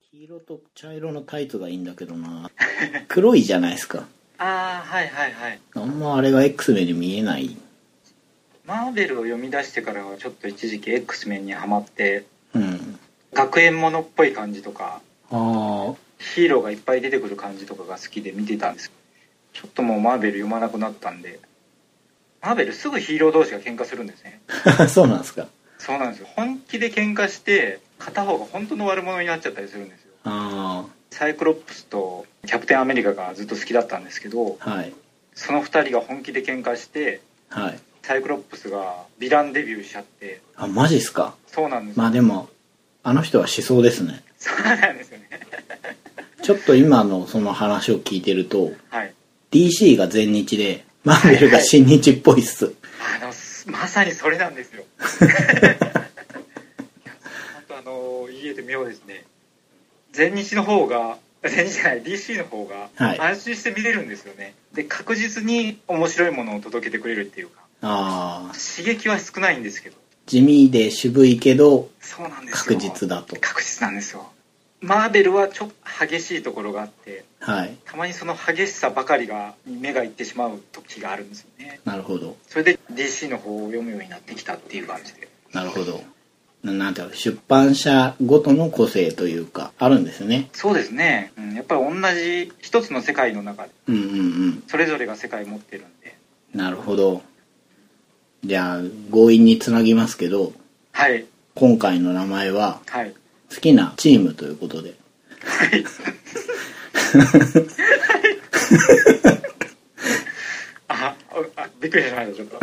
黄色と茶色のタイツがいいんだけどな。黒いじゃないですか。 ああ、はいはいはい。 あんまあれが X メンに見えない。 マーベルを読み出してからはちょっと一時期 X メンにハマって、 うん。 学園ものっぽい感じとか、 ああ。 ヒーローがいっぱい出てくる感じとかが好きで見てたんです。ちょっともうマーベル読まなくなったんで、マーベルすぐヒーロー同士が喧嘩するんですね。 そうなんですか。 そうなんですよ。本気で喧嘩して片方が本当の悪者になっちゃったりするんですよ。 あサイクロップスとキャプテンアメリカがずっと好きだったんですけど、 あ。はい。 その2人が本気で喧嘩して、 はい。 サイクロップスがヴィランデビューしちゃって。 あ、マジっすか。 そうなんですよ。 まあでも、あの人はしそうですね。 そうなんですよね。 ちょっと今のその話を聞いてると、 はい。 DC が全日で、マーベルが新日っぽいっす。 まさにそれなんですよ。あと家で妙ですね。全日の方が、全日じゃない DC の方が安心して見れるんですよね。で確実に面白いものを届けてくれるっていうか。 ああ。 刺激は少ないんですけど。 地味で渋いけど、 そうなんですよ。 確実だと。 確実なんですよ。マーベルはちょっと激しいところがあって、 はい、 たまにその激しさばかりが目がいってしまう時があるんですよね。 なるほど。 それで DC の方を読むようになってきたっていう感じで。 なるほど。なんていうか出版社ごとの個性というかあるんですね。 そうですね、やっぱり同じ一つの世界の中で、それぞれが世界を持ってるんで。 なるほど。じゃあ強引につなぎますけど、 はい、 今回の名前は、 はい、 好きなチームということで。 はいあ、びっくりしましたちょっと。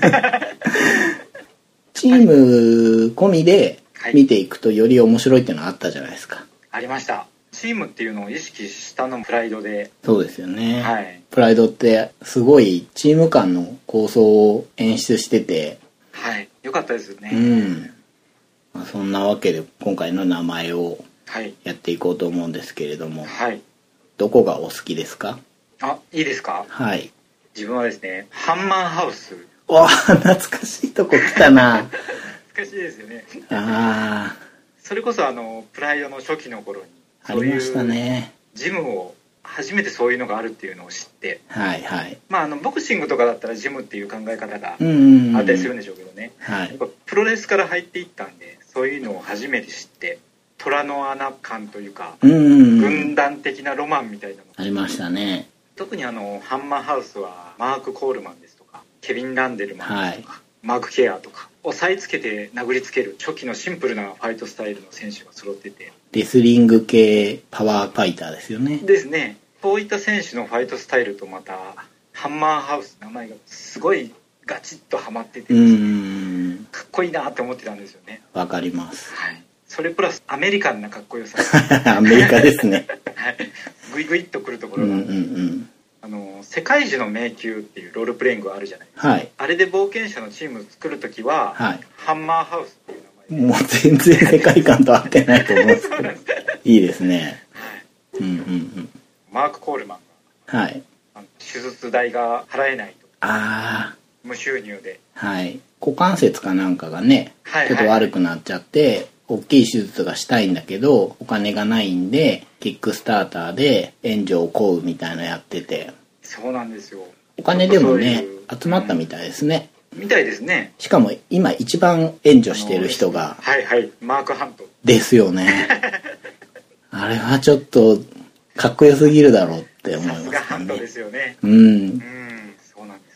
チーム込みで見ていくとより面白いっていうのがあったじゃないですか。 ありました。チームっていうのを意識したのもプライドで。 そうですよね、 はい、 プライドってすごいチーム間の構想を演出してて、 はい、よかったですよね。 まあ、そんなわけで今回の名前をやっていこうと思うんですけれども、 はい、 どこがお好きですか？ あ、いいですか？ はい。 自分はですね、ハンマーハウス。 わあ、懐かしいとこ来たな。 懐かしいですよね。 ああ。 それこそプライドの初期の頃にありましたね。 ジムを初めてそういうのがあるっていうのを知って、 はいはい。 まあボクシングとかだったらジムっていう考え方があったりするんでしょうけどね。 はい。 プロレスから入っていったんで、そういうのを初めて知って、虎の穴感というか、軍団的なロマンみたいなのありましたね。 特にハンマーハウスはマーク・コールマンですとか、ケビン・ランデルマンですとか、マーク・ケアとか、押さえつけて殴りつける初期のシンプルなファイトスタイルの選手が揃ってて、 レスリング系パワーファイターですよね。 ですね。そういった選手のファイトスタイルとまたハンマーハウス、名前がすごいガチッとハマってて、かっこいいなって思ってたんですよね。 わかります。 はい。それプラスアメリカンなかっこよさ。 アメリカですね。 はい。グイグイっとくるところが。世界樹の迷宮っていうロールプレイングがあるじゃないですか。はい。あれで冒険者のチームを作るときは、はい、ハンマーハウスっていう名前で。 もう全然世界観と合ってないと思うんですけど。いいですね。はい。 マーク・コールマンが、はい、手術代が払えないと。ああ。無収入で。はい。 股関節かなんかがね、ちょっと悪くなっちゃって、大きい手術がしたいんだけどお金がないんでキックスターターで援助を請うみたいなのやってて。 そうなんですよ。 お金でもね集まったみたいですね。 みたいですね。 しかも今一番援助してる人がはいはいマーク・ハントですよね。あれはちょっとかっこよすぎるだろうって思いますね。 さすがハントですよね。 そうなんです。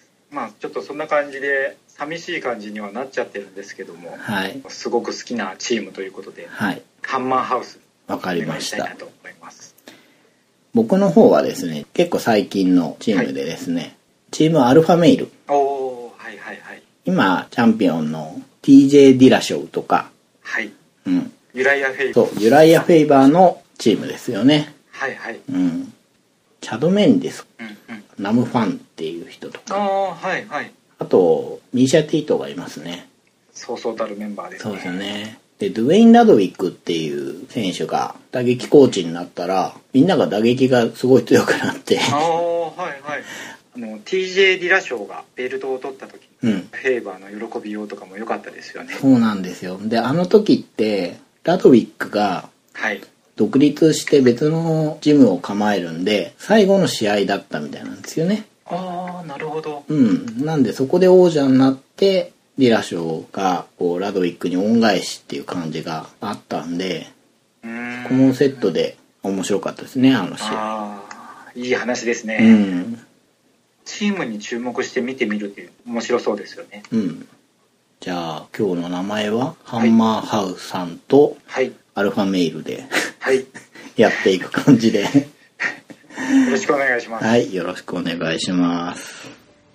まあちょっとそんな感じで寂しい感じにはなっちゃってるんですけども、はい、すごく好きなチームということで、はい、ハンマーハウスわかりました。 お願いしたいなと思います。 僕の方はですね結構最近のチームでですね、はい、チームアルファメイル。 おー、はいはいはい。 今チャンピオンの TJ ディラショーとか、 はい、ユライア・フェイバー。 そうユライア・フェイバーのチームですよね。 はいはい。 チャド・メンデス、ナム・ファンっていう人とか、 はいはい。 あとミーシャ・ティートがいますね。 そうそうたるメンバーですね。 そうですよね。でドゥエイン・ラドウィックっていう選手が打撃コーチになったらみんなが打撃がすごい強くなってはいはい。TJ ディラショーがベルトを取った時に、フェーバーの喜びようとかも良かったですよね。 そうなんですよ。であの時ってラドウィックが、はい、 独立して別のジムを構えるんで、最後の試合だったみたいなんですよね。 ああ、なるほど。 なんでそこで王者になって、ディラショーがこうラドウィックに恩返しっていう感じがあったんで、このセットで面白かったですね、あの試合。 ああ、いい話ですね。チームに注目して見てみるっていう面白そうですよね。 じゃあ今日の名前はハンマーハウスさんとアルファメイルで、やっていく感じでよろしくお願いします。 はい、よろしくお願いします。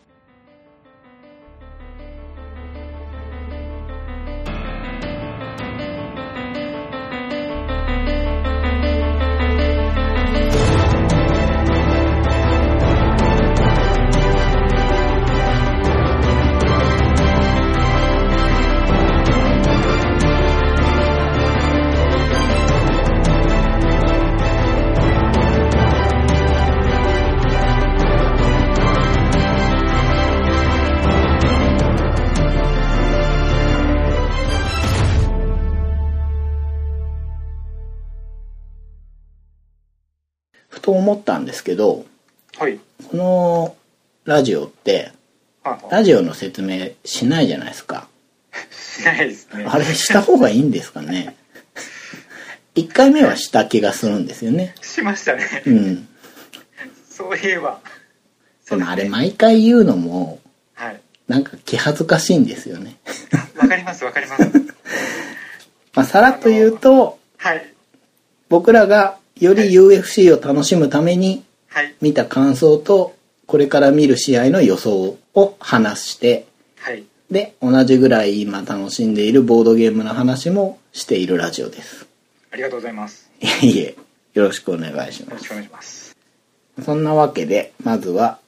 と思ったんですけど、 はい、 このラジオってラジオの説明しないじゃないですか。 しないですね。 あれした方がいいんですかね。1回目はした気がするんですよね。 しましたね。そういえば。 でもあれ毎回言うのも、なんか気恥ずかしいんですよね。 わかりますわかります。 まあさらっと言うと、僕らがより UFC を楽しむために見た感想とこれから見る試合の予想を話して、で同じぐらい今楽しんでいるボードゲームの話もしているラジオです。 ありがとうございます。 いえ、よろしくお願いします。 よろしくお願いします。 そんなわけでまずは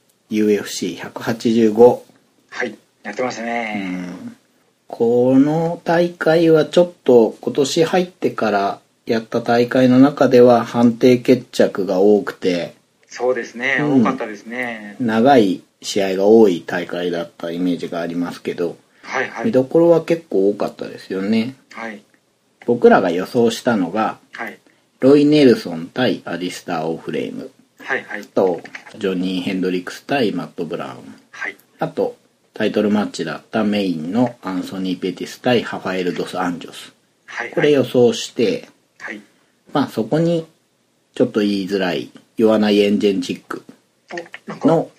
UFC185、 やってましたね。 この大会はちょっと今年入ってからやった大会の中では判定決着が多くて、 そうですね、多かったですね。 長い試合が多い大会だったイメージがありますけど、見どころは結構多かったですよね。僕らが予想したのが、ロイ・ネルソン対アリスター・オフレーム、とジョニー・ヘンドリックス対マット・ブラウン、あとタイトルマッチだったメインのアンソニー・ペティス対ハファエル・ドス・アンジョス、これ予想して、まあそこにちょっと言いづらい言わないエンジェンチックの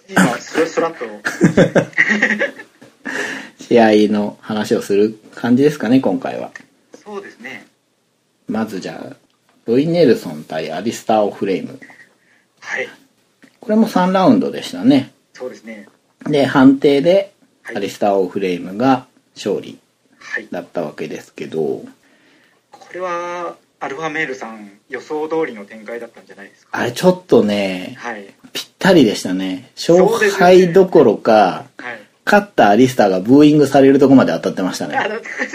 試合の話をする感じですかね、今回は。 そうですね。 まずじゃあロイ・ネルソン対アリスター・オフレーム、これも3ラウンドでしたね。 そうですね。 で判定でアリスター・オフレームが勝利だったわけですけど、 これはアルファメールさん予想通りの展開だったんじゃないですか。 あれちょっとね、ぴったりでしたね。勝敗どころか、勝ったアリスターがブーイングされるとこまで当たってましたね。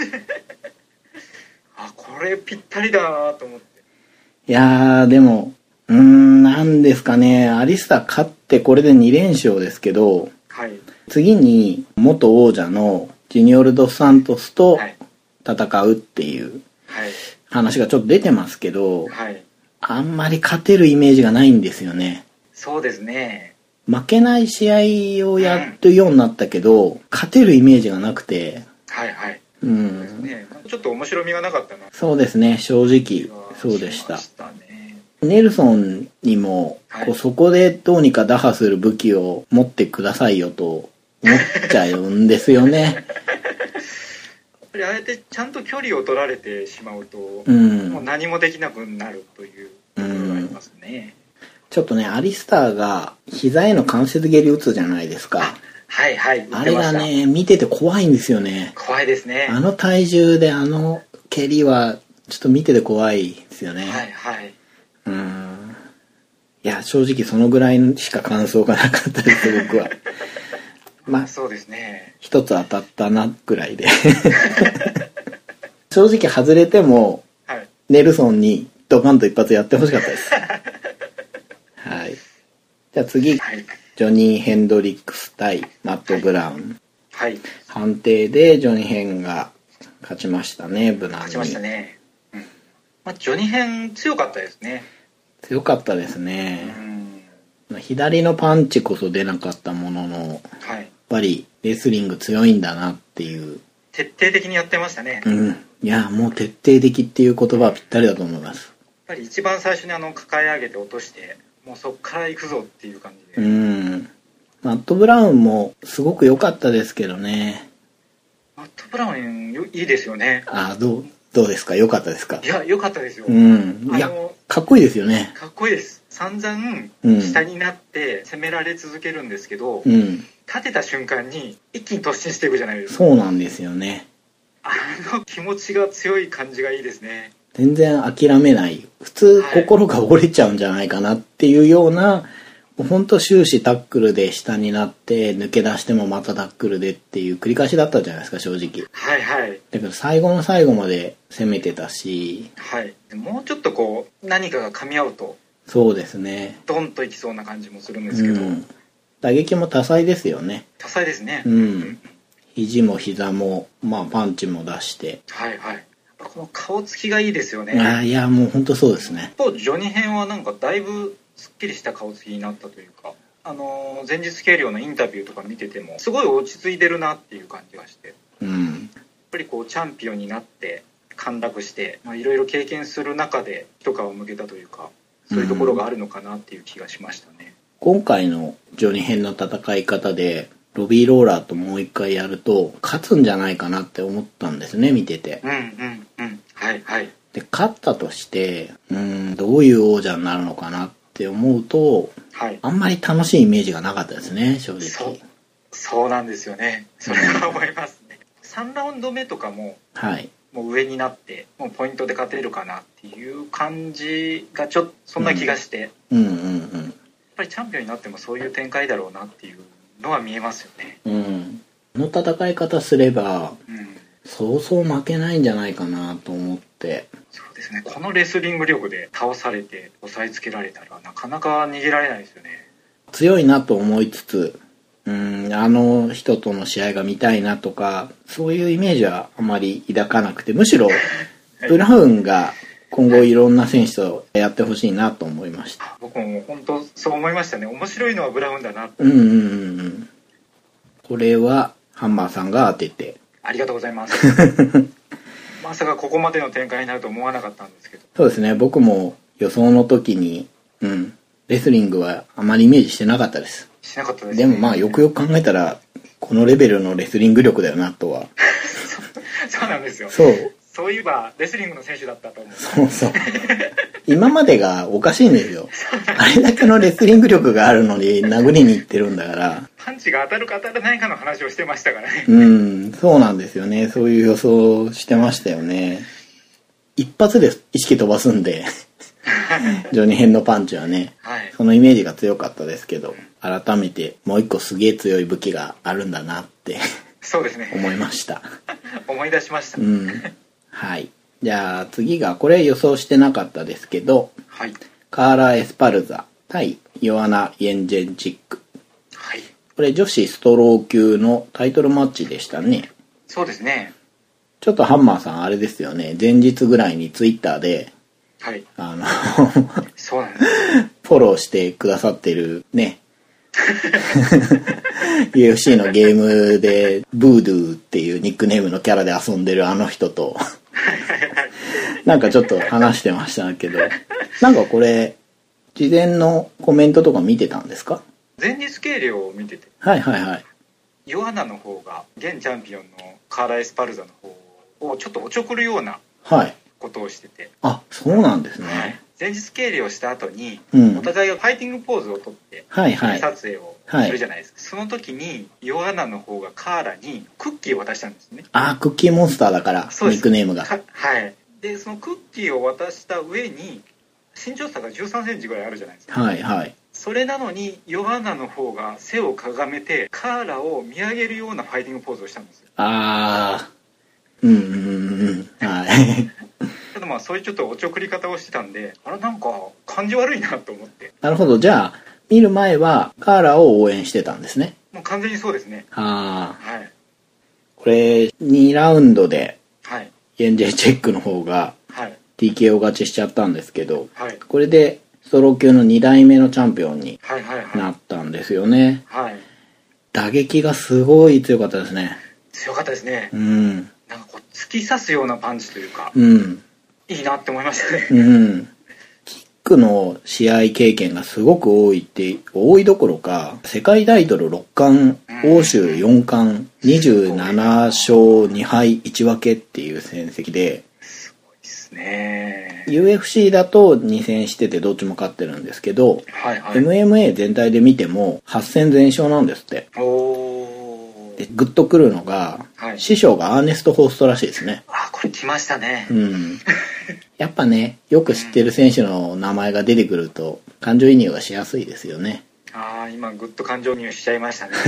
これぴったりだなと思って。 いやーでもなんですかね、アリスター勝ってこれで2連勝ですけど、次に元王者のジュニオル・ドス・サントスと戦うっていう話がちょっと出てますけど、あんまり勝てるイメージがないんですよね。 そうですね。 負けない試合をやるようになったけど、勝てるイメージがなくて、 ちょっと面白みがなかったな。 そうですね、正直そうでした。ネルソンにも、そこでどうにか打破する武器を持ってくださいよと思っちゃうんですよね。 あえてちゃんと距離を取られてしまうと、もう何もできなくなるというところがありますね。 ちょっとね、アリスターが膝への関節蹴り打つじゃないですか。あれがね、見てて怖いんですよね。 怖いですね。 あの体重であの蹴りはちょっと見てて怖いですよね。いや正直そのぐらいしか感想がなかったです僕は。まあそうですね、 一つ当たったなぐらいで正直外れても、ネルソンにドカンと一発やってほしかったです。じゃあ次、ジョニー・ヘンドリックス対マット・ブラウン、判定でジョニー・ヘンが勝ちましたね、無難に。 勝ちましたね。 ジョニ編強かったですね。 強かったですね。左のパンチこそ出なかったものの、やっぱりレスリング強いんだなっていう。 徹底的にやってましたね。 いや、もう徹底的っていう言葉はぴったりだと思います。 やっぱり一番最初に抱え上げて落として、もうそっから行くぞっていう感じで。 マット・ブラウンもすごく良かったですけどね。 マット・ブラウンいいですよね。 どうですか？良かったですか？ いや、良かったですよ。 いや、かっこいいですよね。 かっこいいです。散々下になって攻められ続けるんですけど、立てた瞬間に一気に突進していくじゃないですか。 そうなんですよね。 気持ちが強い感じがいいですね。 全然諦めない。普通心が折れちゃうんじゃないかなっていうような、ほんと終始タックルで下になって抜け出してもまたタックルでっていう繰り返しだったじゃないですか、正直。だけど最後の最後まで攻めてたし、 もうちょっと何かが噛み合うと、 そうですね、 ドンといきそうな感じもするんですけど、 打撃も多彩ですよね。 多彩ですね。 肘も膝も、パンチも出して、 この顔つきがいいですよね。 いや、もう本当そうですね。 ジョニ編はなんかだいぶすっきりした顔つきになったというか、前日計量のインタビューとか見ててもすごい落ち着いてるなっていう感じがして、やっぱりチャンピオンになって陥落して、いろいろ経験する中で一皮を向けたというか、そういうところがあるのかなっていう気がしましたね。 今回のジョニ編の戦い方でロビーローラーともう一回やると勝つんじゃないかなって思ったんですね、見てて。で、勝ったとしてどういう王者になるのかなって思うと、あんまり楽しいイメージがなかったですね、正直。 そうなんですよね。それは思いますね。3ラウンド目とかも、もう上になってもうポイントで勝てるかなっていう感じがそんな気がして、やっぱりチャンピオンになってもそういう展開だろうなっていうのは見えますよね。 この戦い方すれば、そうそう負けないんじゃないかなと思って。 そうですね。このレスリング力で倒されて押さえつけられたらなかなか逃げられないですよね。 強いなと思いつつ、あの人との試合が見たいなとか、そういうイメージはあまり抱かなくて、むしろブラウンが今後いろんな選手とやってほしいなと思いました。 僕も本当そう思いましたね。面白いのはブラウンだなって。 これはハンマーさんが当てて、 ありがとうございますまさかここまでの展開になると思わなかったんですけど。 そうですね、僕も予想の時にレスリングはあまりイメージしてなかったです。 しなかったですね。 でもよくよく考えたらこのレベルのレスリング力だよなとはそうなんですよ。そういえばレスリングの選手だったと思う。今までがおかしいんですよあれだけのレスリング力があるのに殴りに行ってるんだから。 パンチが当たるか当たらないかの話をしてましたからね。 そうなんですよね。そういう予想してましたよね。一発で意識飛ばすんでジョニ編のパンチはね、そのイメージが強かったですけど、改めてもう一個すげえ強い武器があるんだなってそうですね、 思いました思い出しました。 はい。じゃあ次が、これ予想してなかったですけど、カーラ・エスパルザ対ヨアナ・イェンジェンチック。これ女子ストロー級のタイトルマッチでしたね。 そうですね。 ちょっとハンマーさんあれですよね、前日ぐらいにツイッターでそうなんです。 フォローしてくださってるねUFC のゲームでブードゥーっていうニックネームのキャラで遊んでるあの人となんかちょっと話してましたけど、なんかこれ事前のコメントとか見てたんですか？ 前日計量を見てて、ヨアナの方が現チャンピオンのカーラ・エスパルザの方をちょっとおちょくるようなことをしてて、 そうなんですね。 前日計量した後に、お互いがファイティングポーズをとって撮影をするじゃないですか。その時にヨアナの方がカーラにクッキーを渡したんですね。 クッキーモンスターだからニックネームが。 でそのクッキーを渡した上に身長差が13センチぐらいあるじゃないですか。それなのにヨアナの方が背をかがめてカーラを見上げるようなファイティングポーズをしたんですよ。ただそういうちょっとおちょくり方をしてたんで、なんか感じ悪いなと思って。 なるほど。じゃあ見る前はカーラを応援してたんですね。 もう完全にそうですね。 これ2ラウンドでイェンジェチェックの方が TKO 勝ちしちゃったんですけど、はい、これでストロー級の2代目のチャンピオンになったんですよね。はい、打撃がすごい強かったですね。 強かったですね。うん。なんかこう突き刺すようなパンチというか、うん、いいなって思いましたね。うん。 キックの試合経験がすごく多いどころか、世界タイトル6冠、欧州4冠、27勝2敗1分けっていう戦績で、 すごいですね。 UFC だと2戦しててどっちも勝ってるんですけど、はいはい、MMA 全体で見ても8戦全勝なんですって。でグッとくるのが、はい、師匠がアーネスト・ホーストらしいですね。 あ、これ来ましたね。 うん。やっぱね、よく知ってる選手の名前が出てくると感情移入がしやすいですよね。 ああ、今グッと感情移入しちゃいましたね。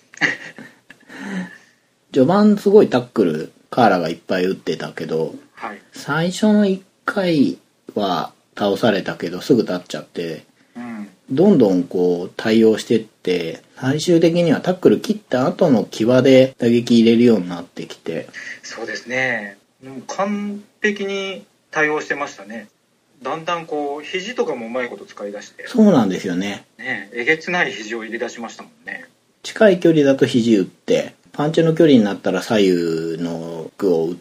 序盤すごいタックルカーラがいっぱい打ってたけど、はい、最初の1回は倒されたけどすぐ立っちゃって、うん、どんどんこう対応してって最終的にはタックル切った後の際で打撃入れるようになってきて。 そうですね、完璧に対応してましたね。だんだんこう肘とかもうまいこと使い出して。 そうなんですよね。 えげつない肘を入れ出しましたもんね。 近い距離だと肘打ってパンチの距離になったら左右の具を打って、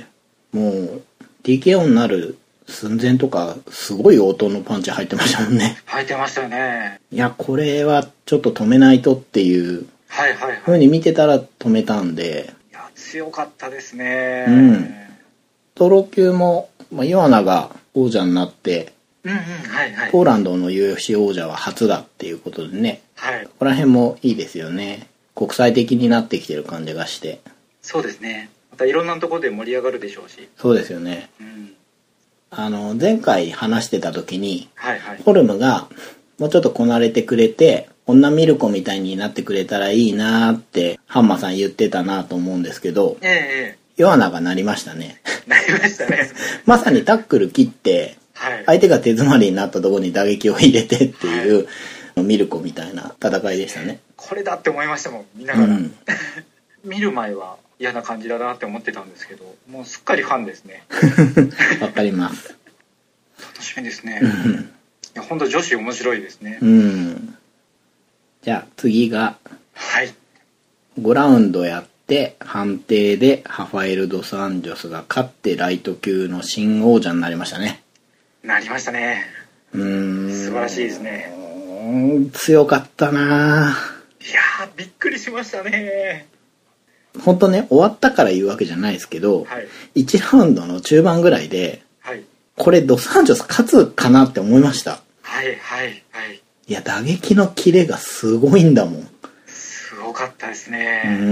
もう TKO になる寸前とかすごい音のパンチ入ってましたもんね。 入ってましたよね。 いや、これはちょっと止めないとっていう風に見てたら止めたんで、 いや強かったですね。 うん。ストロー級も、イワナが王者になって、ポーランドの UFC 王者は初だっていうことでね、はい、ここら辺もいいですよね。国際的になってきてる感じがして。 そうですね。またいろんなところで盛り上がるでしょうし。 そうですよね。うん、前回話してた時に、はいはい、フォルムがもうちょっとこなれてくれて女ミルコみたいになってくれたらいいなーってハンマさん言ってたなと思うんですけど、ヨアナがなりましたね。 なりましたね。 まさにタックル切って、はい、相手が手詰まりになったところに打撃を入れてっていう、はい、ミルコみたいな戦いでしたね。 これだって思いましたもん、見ながら。うん、見る前は嫌な感じだなって思ってたんですけど、もうすっかりファンですね。 わかります。 楽しみですね。いや本当女子面白いですね。 うん。じゃあ次が、はい、5ラウンドやって判定でハファエル・ドス・アンジョスが勝ってライト級の新王者になりましたね。 なりましたね。素晴らしいですね。 強かったな。 いやーびっくりしましたね。 本当ね、終わったから言うわけじゃないですけど、はい、1ラウンドの中盤ぐらいで、はい、これドス・アンジョス勝つかなって思いました。 はいはいはい。 いや、打撃のキレがすごいんだもん。 すごかったですね。うん。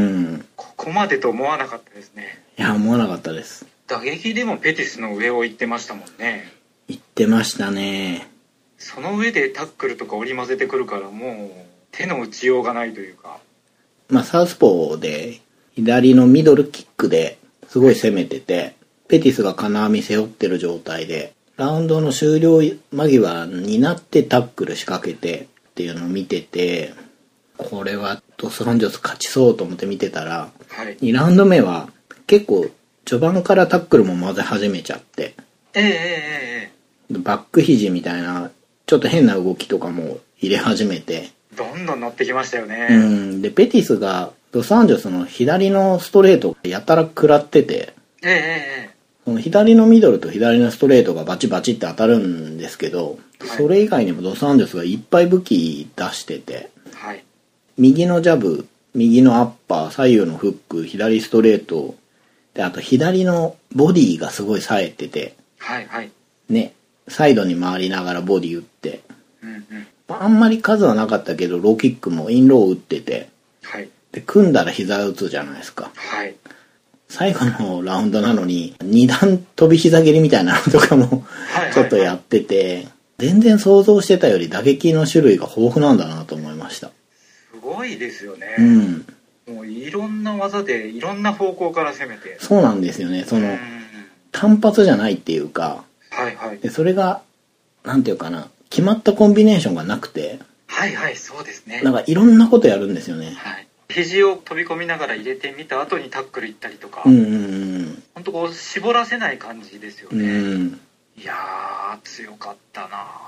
ここまでと思わなかったですね。 いや、思わなかったです。 打撃でもペティスの上を行ってましたもんね。 行ってましたね。 その上でタックルとか織り交ぜてくるからもう手の打ちようがないというか。 サウスポーで左のミドルキックですごい攻めてて、ペティスが金網背負ってる状態で、ラウンドの終了間際になってタックル仕掛けてっていうのを見てて、これはドス・アンジョス勝ちそうと思って見てたら、はい、2ラウンド目は結構序盤からタックルも混ぜ始めちゃって、バック肘みたいなちょっと変な動きとかも入れ始めて、 どんどん乗ってきましたよね。 でペティスがドス・アンジョスの左のストレートやたら食らってて、その左のミドルと左のストレートがバチバチって当たるんですけど、はい、それ以外にもドス・アンジョスがいっぱい武器出してて、はい、右のジャブ、右のアッパー、左右のフック、左ストレートで、あと左のボディがすごい冴えてて、はいはい、ね、サイドに回りながらボディ打って、あんまり数はなかったけどローキックもインロー打ってて、はい、で組んだら膝打つじゃないですか。はい、最後のラウンドなのに2段飛び膝蹴りみたいなのとかもちょっとやってて、全然想像してたより打撃の種類が豊富なんだなと思いました。 すごいですよね。うん、もういろんな技でいろんな方向から攻めて。 そうなんですよね。その単発じゃないっていうか、はいはい、でそれがなんていうかな、決まったコンビネーションがなくて、 はいはい、そうですね。 なんかいろんなことやるんですよね。はい、 肘を飛び込みながら入れてみた後にタックル行ったりとか、本当こう絞らせない感じですよね。 いやー強かったな。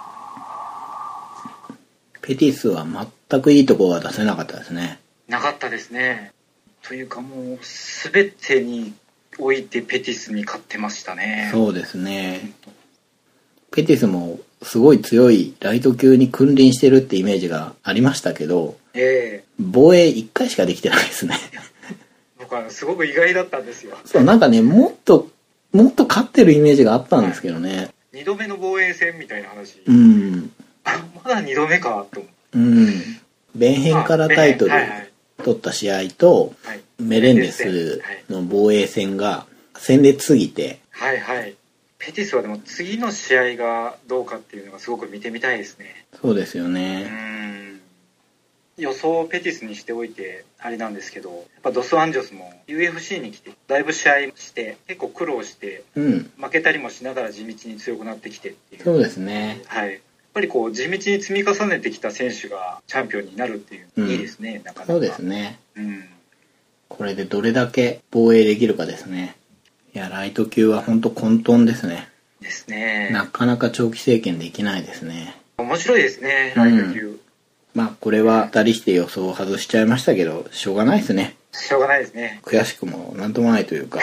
ペティスは全くいいところは出せなかったですね。 なかったですね。というかもう全てにおいてペティスに勝ってましたね。 そうですね。ペティスもすごい強いライト級に君臨してるってイメージがありましたけど、防衛1回しかできてないですね。 僕はすごく意外だったんですよ。 そう、なんかね、もっと勝ってるイメージがあったんですけどね。 2度目の防衛戦みたいな話。まだ2度目かと思う。 ベンヘンからタイトル取った試合と、メレンデスの防衛戦が鮮烈すぎて、 ペティスはでも次の試合がどうかっていうのがすごく見てみたいですね。 そうですよね。 予想をペティスにしておいてあれなんですけど、やっぱドス・アンジョスも UFC に来てだいぶ試合して結構苦労して、負けたりもしながら地道に強くなってきてっていう。 そうですね。 やっぱりこう地道に積み重ねてきた選手がチャンピオンになるっていう、いいですね。なかなか。 そうですね。これでどれだけ防衛できるかですね。いや、ライト級は本当混沌ですね。 ですね。 なかなか長期政権できないですね。 面白いですね、ライト級。 まあこれは2人して予想を外しちゃいましたけど、しょうがないですね。 しょうがないですね。 悔しくもなんともないというか。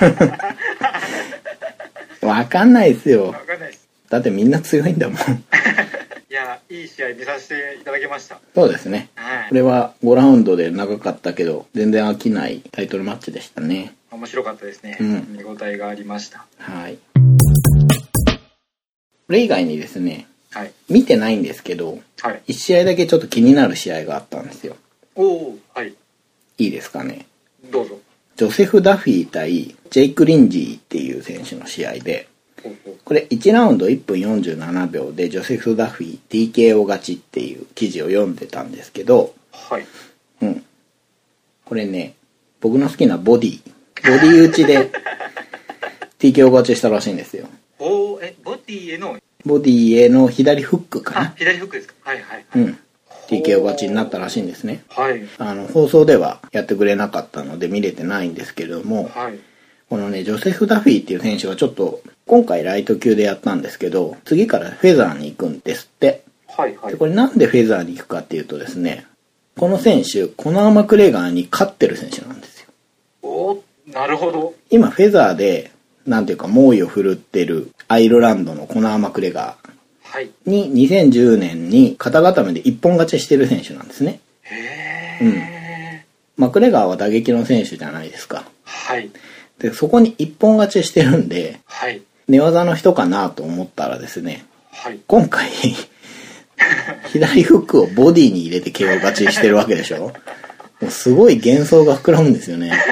わかんないですよ。 わかんないです。 だってみんな強いんだもん。 いや、いい試合見させていただきました。 そうですね。これは5ラウンドで長かったけど、全然飽きないタイトルマッチでしたね。 面白かったですね。見応えがありました。 はい。これ以外にですね、見てないんですけど、1試合だけちょっと気になる試合があったんですよ。いいですかね。 どうぞ。 ジョセフ・ダフィー対ジェイク・リンジーっていう選手の試合で、これ1ラウンド1分47秒でジョセフ・ダフィー TKO 勝ちっていう記事を読んでたんですけど、これね、僕の好きなボディ打ちで TKO 勝ちしたらしいんですよ。 ボディへの左フックかな。 左フックですか。 TKO 勝ちになったらしいんですね。放送ではやってくれなかったので見れてないんですけれども、このね、ジョセフ・ダフィーっていう選手がちょっと今回ライト級でやったんですけど、次からフェザーに行くんですって。でこれなんでフェザーに行くかっていうとですね、この選手コナー・マクレガーに勝ってる選手なんですよ。 なるほど。 今フェザーでなんていうか猛威を振るってるアイルランドのコナー・マクレガーに2010年に肩固めで一本勝ちしてる選手なんですね。マクレガーは打撃の選手じゃないですか。でそこに一本勝ちしてるんで、寝技の人かなと思ったらですね、今回左フックをボディに入れて KO 勝ちしてるわけでしょ。もうすごい幻想が膨らむんですよね。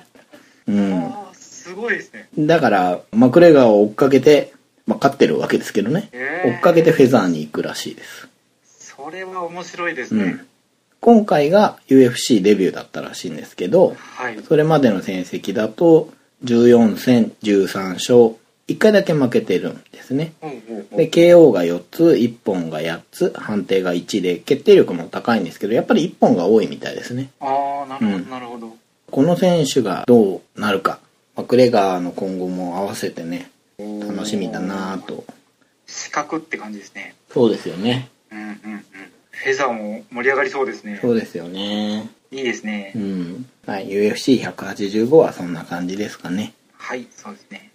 すごいですね。 だからマクレガーを追っかけて、勝ってるわけですけどね、追っかけてフェザーに行くらしいです。 それは面白いですね。 今回が UFC デビューだったらしいんですけど、それまでの戦績だと14戦13勝、1回だけ負けてるんですね。で KO が4つ、1本が8つ、判定が1で決定力も高いんですけど、やっぱり1本が多いみたいですね。 なるほど、なるほど。 この選手がどうなるか、マクレガーの今後も合わせてね、楽しみだなぁと。 視覚って感じですね。 そうですよね。 フェザーも盛り上がりそうですね。 そうですよね。 いいですね。 UFC185 はそんな感じですかね。 そうですね。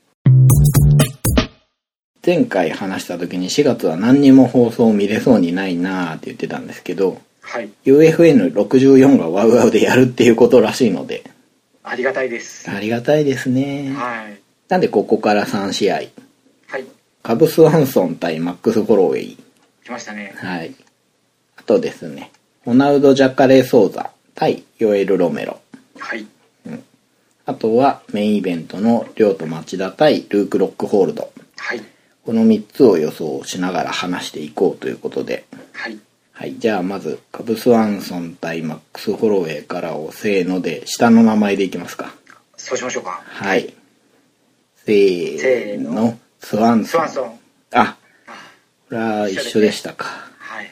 前回話した時に4月は何にも放送見れそうにないなーって言ってたんですけど、UFN64 がワウワウでやるっていうことらしいので、 ありがたいです。 ありがたいですね。なんでここから3試合、カブス・ワンソン対マックス・ホロウェイ来ましたね。 あとですね、ホナウド・ジャカレー・ソーザ対ヨエル・ロメロ。あとはメインイベントのリョウと町田対ルーク・ロックホールド。この3つを予想しながら話していこうということで、じゃあまずカブス・ワンソン対マックス・ホロウェイからをせーので下の名前でいきますか。 そうしましょうか。 せーの、スワンソン。これは一緒でしたか。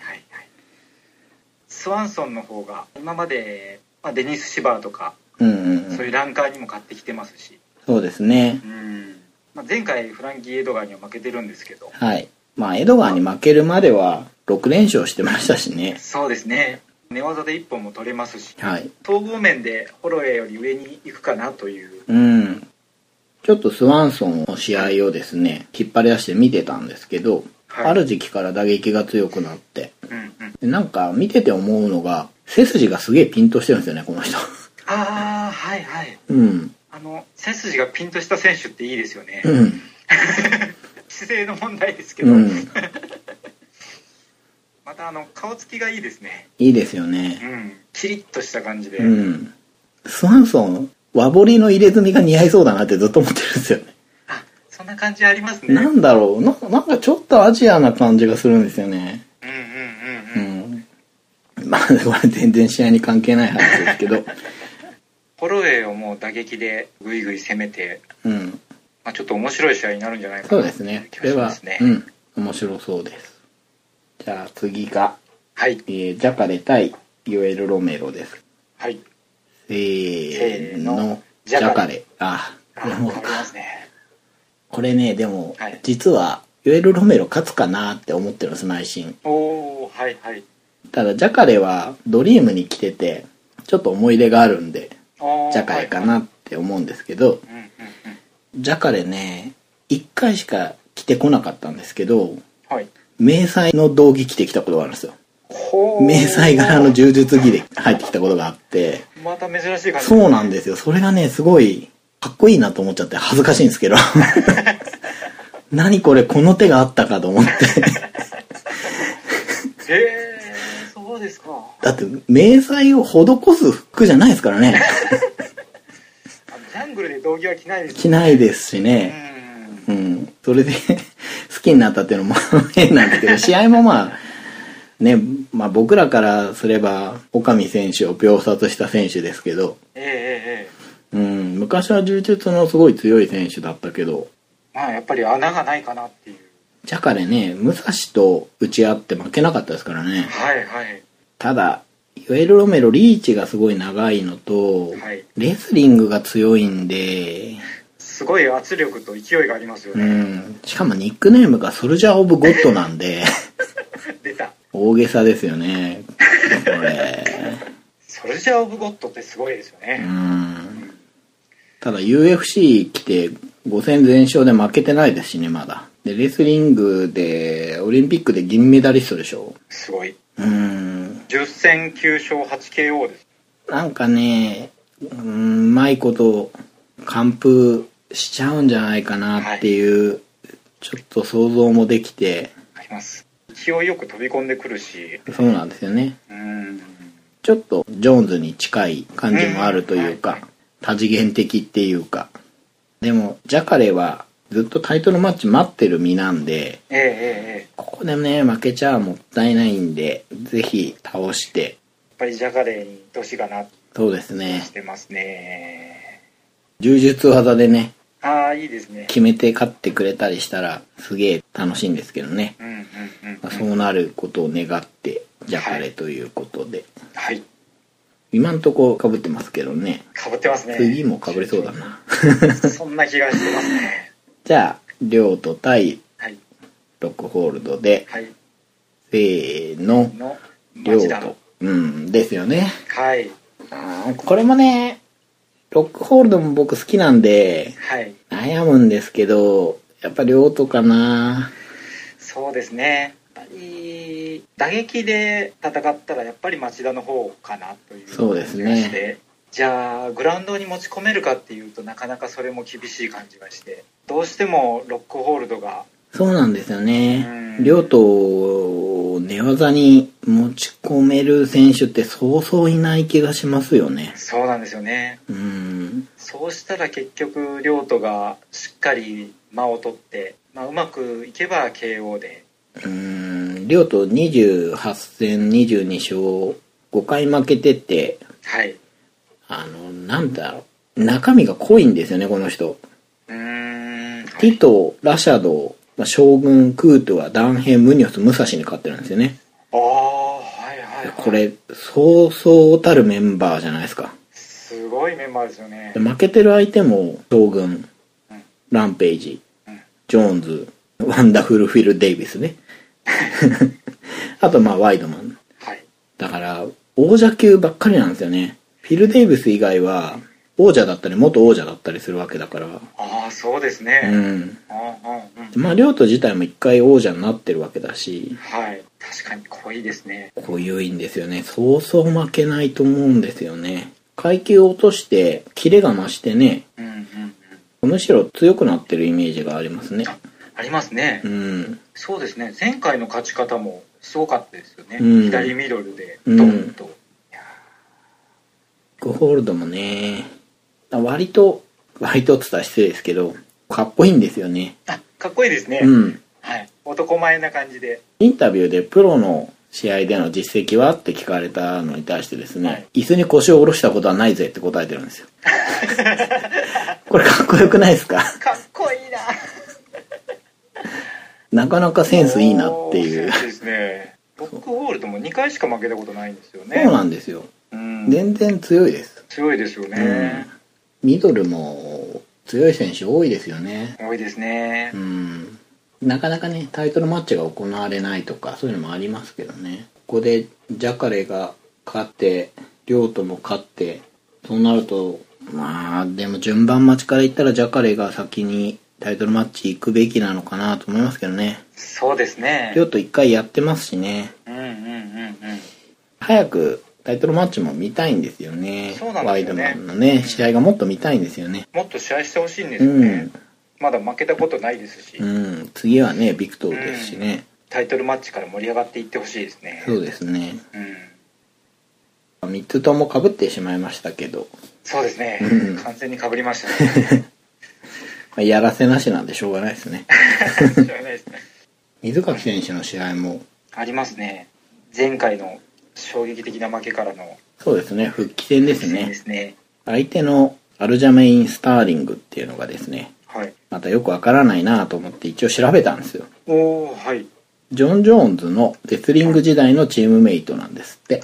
スワンソンの方が今まで、デニス・シバーとか、そういうランカーにも買ってきてますし。 そうですね。 前回フランキー・エドガーには負けてるんですけど、 はい。エドガーに負けるまでは6連勝してましたしね。 そうですね。寝技で1本も取れますし、 はい、 統合面でホロウェイより上に行くかなという。 ちょっとスワンソンの試合をですね、引っ張り出して見てたんですけど、はい、ある時期から打撃が強くなって、なんか見てて思うのが、背筋がすげえピンとしてるんですよね、この人。 ああ、はいはい。背筋がピンとした選手っていいですよね。姿勢の問題ですけど。また顔つきがいいですね。 いいですよね。 キリッとした感じで。 スワンソン、和彫りの入れ墨が似合いそうだなってずっと思ってるんですよね。 あ、そんな感じありますね。 なんだろう、なんかちょっとアジアな感じがするんですよね。これ全然試合に関係ない話ですけど。 ホロウェイをもう打撃でぐいぐい攻めて、ちょっと面白い試合になるんじゃないかな。 そうですね。これは、面白そうです。じゃあ次が、 はい。 ジャカレ対ヨエル・ロメロです。 はい。 せーの、ジャカレ。これね、でも、実は、ヨエル・ロメロ勝つかなって思ってるんです、内心。 はいはい。 ただ、ジャカレはドリームに来てて、ちょっと思い出があるんで、ジャカレかなって思うんですけど、ジャカレね、1回しか来てこなかったんですけど、迷彩の道着着てきたことがあるんですよ。迷彩柄の柔術着で入ってきたことがあって。 また珍しい感じ、ね。 そうなんですよ。それがね、すごいかっこいいなと思っちゃって恥ずかしいんですけど。何これ、この手があったかと思って。 そうですか。 だって迷彩を施す服じゃないですからね。 ジャングルで道着は着ないです、 ね。着ないですしね。それで好きになったっていうのも変なんですけど、試合も僕らからすれば岡見選手を秒殺した選手ですけど、昔は柔術のすごい強い選手だったけど、 やっぱり穴がないかなっていう。 ジャカレね、武蔵と打ち合って負けなかったですからね。ただヨエル・ロメロリーチがすごい長いのと、レスリングが強いんで、 すごい圧力と勢いがありますよね。 しかもニックネームがソルジャー・オブ・ゴッドなんで出た。 大げさですよね、これ。 ソルジャー・オブ・ゴッドってすごいですよね。 ただ UFC 来て5戦全勝で負けてないですしね、まだ。でレスリングでオリンピックで銀メダリストでしょ。 すごい。10戦9勝 8KO です。なんかね、うまいこと完封しちゃうんじゃないかなっていう、ちょっと想像もできて。 あります。勢いよく飛び込んでくるし。 そうなんですよね。ちょっとジョーンズに近い感じもあるというか、多次元的っていうか。でもジャカレはずっとタイトルマッチ待ってる身なんで、ここでね負けちゃもったいないんで、ぜひ倒して。やっぱりジャカレに行ってほしいかな。 そうですね。 してますね。 柔術技でね、 いいですね。 決めて勝ってくれたりしたらすげえ楽しいんですけどね。そうなることを願ってジャカレということで。 はい。 今んとこ被ってますけどね。 被ってますね。 次も被りそうだな。 そんな気がしてますね。 じゃあリョート対ロックホールドで、せーの、リョート。ですよね。これもね、ロックホールドも僕好きなんで、悩むんですけど、やっぱリョートかな。 そうですね。やっぱり打撃で戦ったらやっぱり町田の方かなという気がして。 そうですね。 じゃあグラウンドに持ち込めるかっていうとなかなかそれも厳しい感じがして、どうしてもロックホールドが。 そうなんですよね。リョートを寝技に持ち込める選手ってそうそういない気がしますよね。 そうなんですよね。そうしたら結局リョートがしっかり間を取って、うまくいけば KO で。 リョート28戦22勝5回負けてて、なんだろう、中身が濃いんですよね、この人。ティト、ラシャド、将軍、クートはダンヘン、ムニョス、ムサシに勝ってるんですよね。これそうそうたるメンバーじゃないですか。 すごいメンバーですよね。 負けてる相手も将軍、 ランページ、ジョーンズ、ワンダフル・フィル・デイビスね。あとワイドマン。はい、だから王者級ばっかりなんですよね。フィル・デイビス以外は王者だったり元王者だったりするわけだから。 ああ、そうですね。うん。 リョート自体も一回王者になってるわけだし。 はい。確かに濃いですね。 濃いんですよね。そうそう負けないと思うんですよね。階級を落としてキレが増してね。むしろ強くなってるイメージがありますね。 ありますね。うん。そうですね。前回の勝ち方もすごかったですよね。左ミドルでドンと。 ゴホールドもね、割とって言ったら失礼ですけど、かっこいいんですよね。 あ、かっこいいですね。うん。はい。男前な感じで。 インタビューでプロの試合での実績はって聞かれたのに対してですね、はい、椅子に腰を下ろしたことはないぜって答えてるんですよ。これかっこよくないですか？ かっこいいな。なかなかセンスいいなっていう。 そうですね。ロックホールドも2回しか負けたことないんですよね。 そうなんですよ。全然強いです。 強いですよね。 ミドルも強い選手多いですよね。 多いですね。 なかなかねタイトルマッチが行われないとかそういうのもありますけどね。ここでジャカレが勝ってリョートも勝ってそうなるとでも順番待ちから言ったらジャカレが先にタイトルマッチ行くべきなのかなと思いますけどね。 そうですね。 リョート1回やってますしね。早くタイトルマッチも見たいんですよね。 そうなんですよね。 ワイドマンのね、試合がもっと見たいんですよね。 もっと試合してほしいんですよね。まだ負けたことないですし。 次はねビクトーですしね。 タイトルマッチから盛り上がっていってほしいですね。 そうですね。3つとも被ってしまいましたけど。 そうですね。完全に被りましたね。 やらせなしなんでしょうがないですね。 しょうがないですね。 水垣選手の試合もありますね。前回の衝撃的な負けからの。 そうですね、復帰戦ですね。相手のアルジャメイン・スターリングっていうのがですね、はい、またよくわからないなと思って一応調べたんですよ。 はい。 ジョン・ジョーンズのレスリング時代のチームメイトなんですって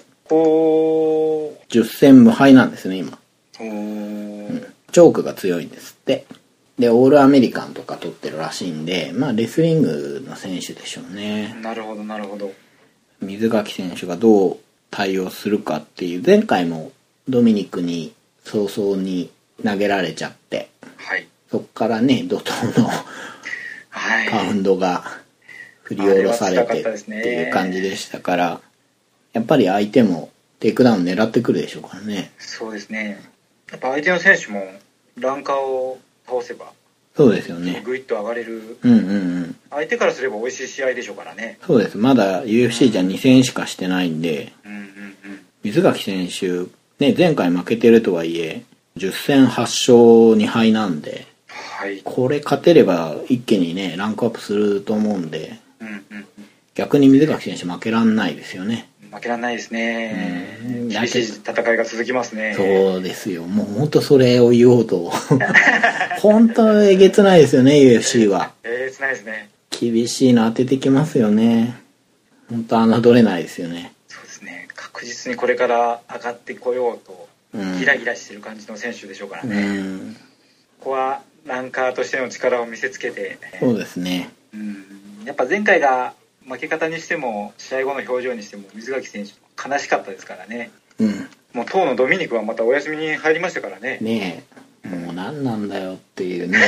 。10戦無敗なんですね今。チョークが強いんですって。でオールアメリカンとか取ってるらしいんで、レスリングの選手でしょうね。 なるほどなるほど。 水垣選手がどう対応するかっていう。前回もドミニクに早々に投げられちゃって、はい、そっからね怒涛のパウンドが振り下ろされてっていう感じでしたから、やっぱり相手もテイクダウン狙ってくるでしょうからね。 そうですね。やっぱ相手の選手もランカーを倒せばそうですよね。 グイッと上がれる。相手からすれば美味しい試合でしょうからね。そうです。 まだ UFC じゃ2戦しかしてないんで、水垣選手ね前回負けてるとはいえ10戦8勝2敗なんで、はい、これ勝てれば一気にねランクアップすると思うんで、逆に水垣選手負けらんないですよね。 負けらんないですね。厳しい戦いが続きますね。 そうですよ。もう本当それを言おうと本当えげつないですよね UFC は。 えげつないですね。 厳しいの当ててきますよね。本当侮れないですよね。 そうですね。確実にこれから上がってこようとギラギラしてる感じの選手でしょうからね。ここはランカーとしての力を見せつけて、 そうですね。 やっぱ前回が負け方にしても試合後の表情にしても水垣選手悲しかったですからね。もう当のドミニクはまたお休みに入りましたからね。 ねえ、もう何なんだよっていうね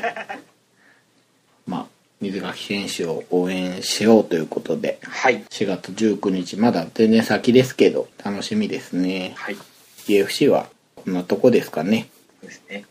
水垣選手を応援しようということで、はい、4月19日まだ全然先ですけど楽しみですね。はい、UFC はこんなとこですかね。 そうですね。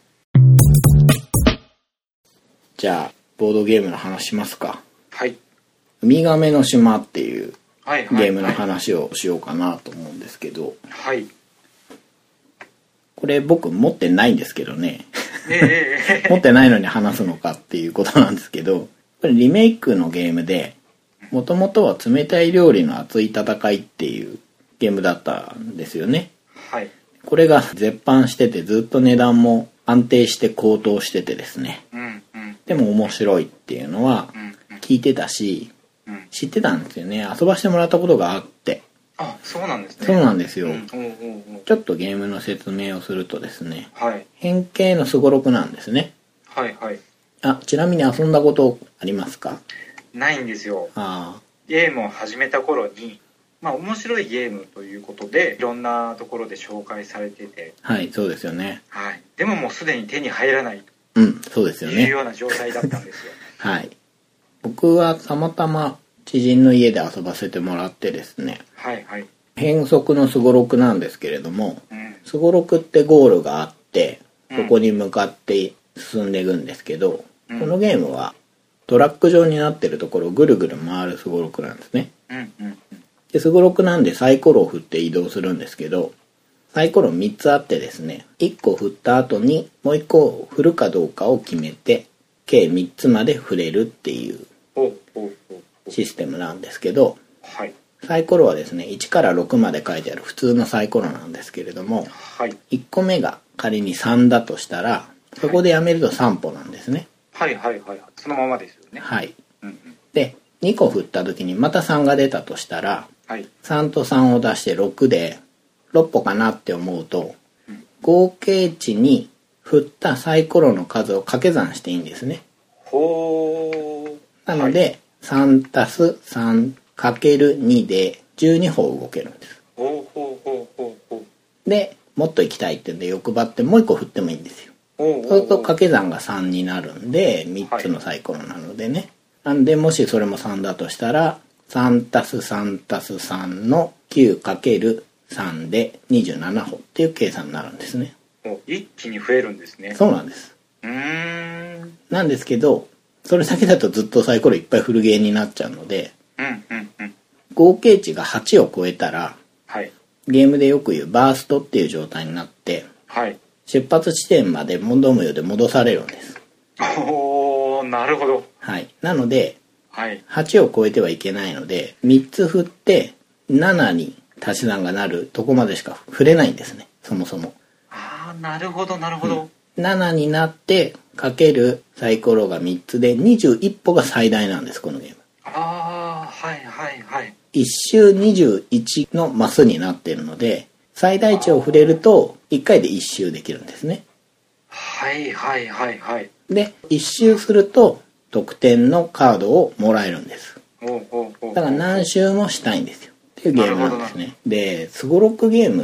じゃあボードゲームの話しますか。 はい。 ウミガメの島っていうゲームの話をしようかなと思うんですけど、はい、これ僕持ってないんですけどね持ってないのに話すのかっていうことなんですけど、これリメイクのゲームでもともとは冷たい料理の熱い戦いっていうゲームだったんですよね。はい。これが絶版しててずっと値段も安定して高騰しててですね、でも面白いっていうのは聞いてたし、知ってたんですよね。遊ばしてもらったことがあって。 あ、そうなんですね。 そうなんですよ。ちょっとゲームの説明をするとですね、はい、変形のすごろくなんですね。はいはい。 ちなみに遊んだことありますか？ ないんですよ。ゲームを始めた頃に、面白いゲームということでいろんなところで紹介されてて、 はい、そうですよね。 はい、でももうすでに手に入らないそうですよね。 いうような状態だったんですよ。 はい。僕はたまたま知人の家で遊ばせてもらってですね。 はいはい。 変則のすごろくなんですけれども、すごろくってゴールがあって、そこに向かって進んでいくんですけど、このゲームはトラック状になってるところをぐるぐる回るすごろくなんですね。で、すごろくなんでサイコロを振って移動するんですけど、サイコロ3つあってですね、1個振った後にもう1個振るかどうかを決めて、計3つまで振れるっていうシステムなんですけど、 はい、 サイコロはですね、1から6まで書いてある普通のサイコロなんですけれども、 はい、 1個目が仮に3だとしたら、そこでやめると3歩なんですね。 はいはいはい。そのままですよね。 はい。で、2個振った時にまた3が出たとしたら、 はい、 3と3を出して6で6歩かなって思うと、合計値に振ったサイコロの数を掛け算していいんですね。なので、3たす3かける2で12歩動けるんです。で、もっと行きたいってんで欲張ってもう1個振ってもいいんですよ。そうすると掛け算が3になるんで、3つのサイコロなのでね。なんで、もしそれも3だとしたら、3たす3たす3の9かける3で27歩っていう計算になるんですね。 一気に増えるんですね。 そうなんです。なんですけど、それだけだとずっとサイコロいっぱい振るゲーになっちゃうので、合計値が8を超えたら、 はい、 ゲームでよく言うバーストっていう状態になって、 はい、 出発地点まで問答無用で戻されるんです。 なるほど。 はい。なので、 はい、 8を超えてはいけないので、3つ振って7に足し算がなるとこまでしか振れないんですね、そもそも。 なるほどなるほど。 7になってかけるサイコロが3つで21歩が最大なんです、このゲーム。 はいはいはい。 1周21のマスになっているので、最大値を振れると1回で1周できるんですね。 はいはいはいはい。 で、1周すると得点のカードをもらえるんです。だから何周もしたいんですよっていうゲームなんですね。で、すごろくゲームって、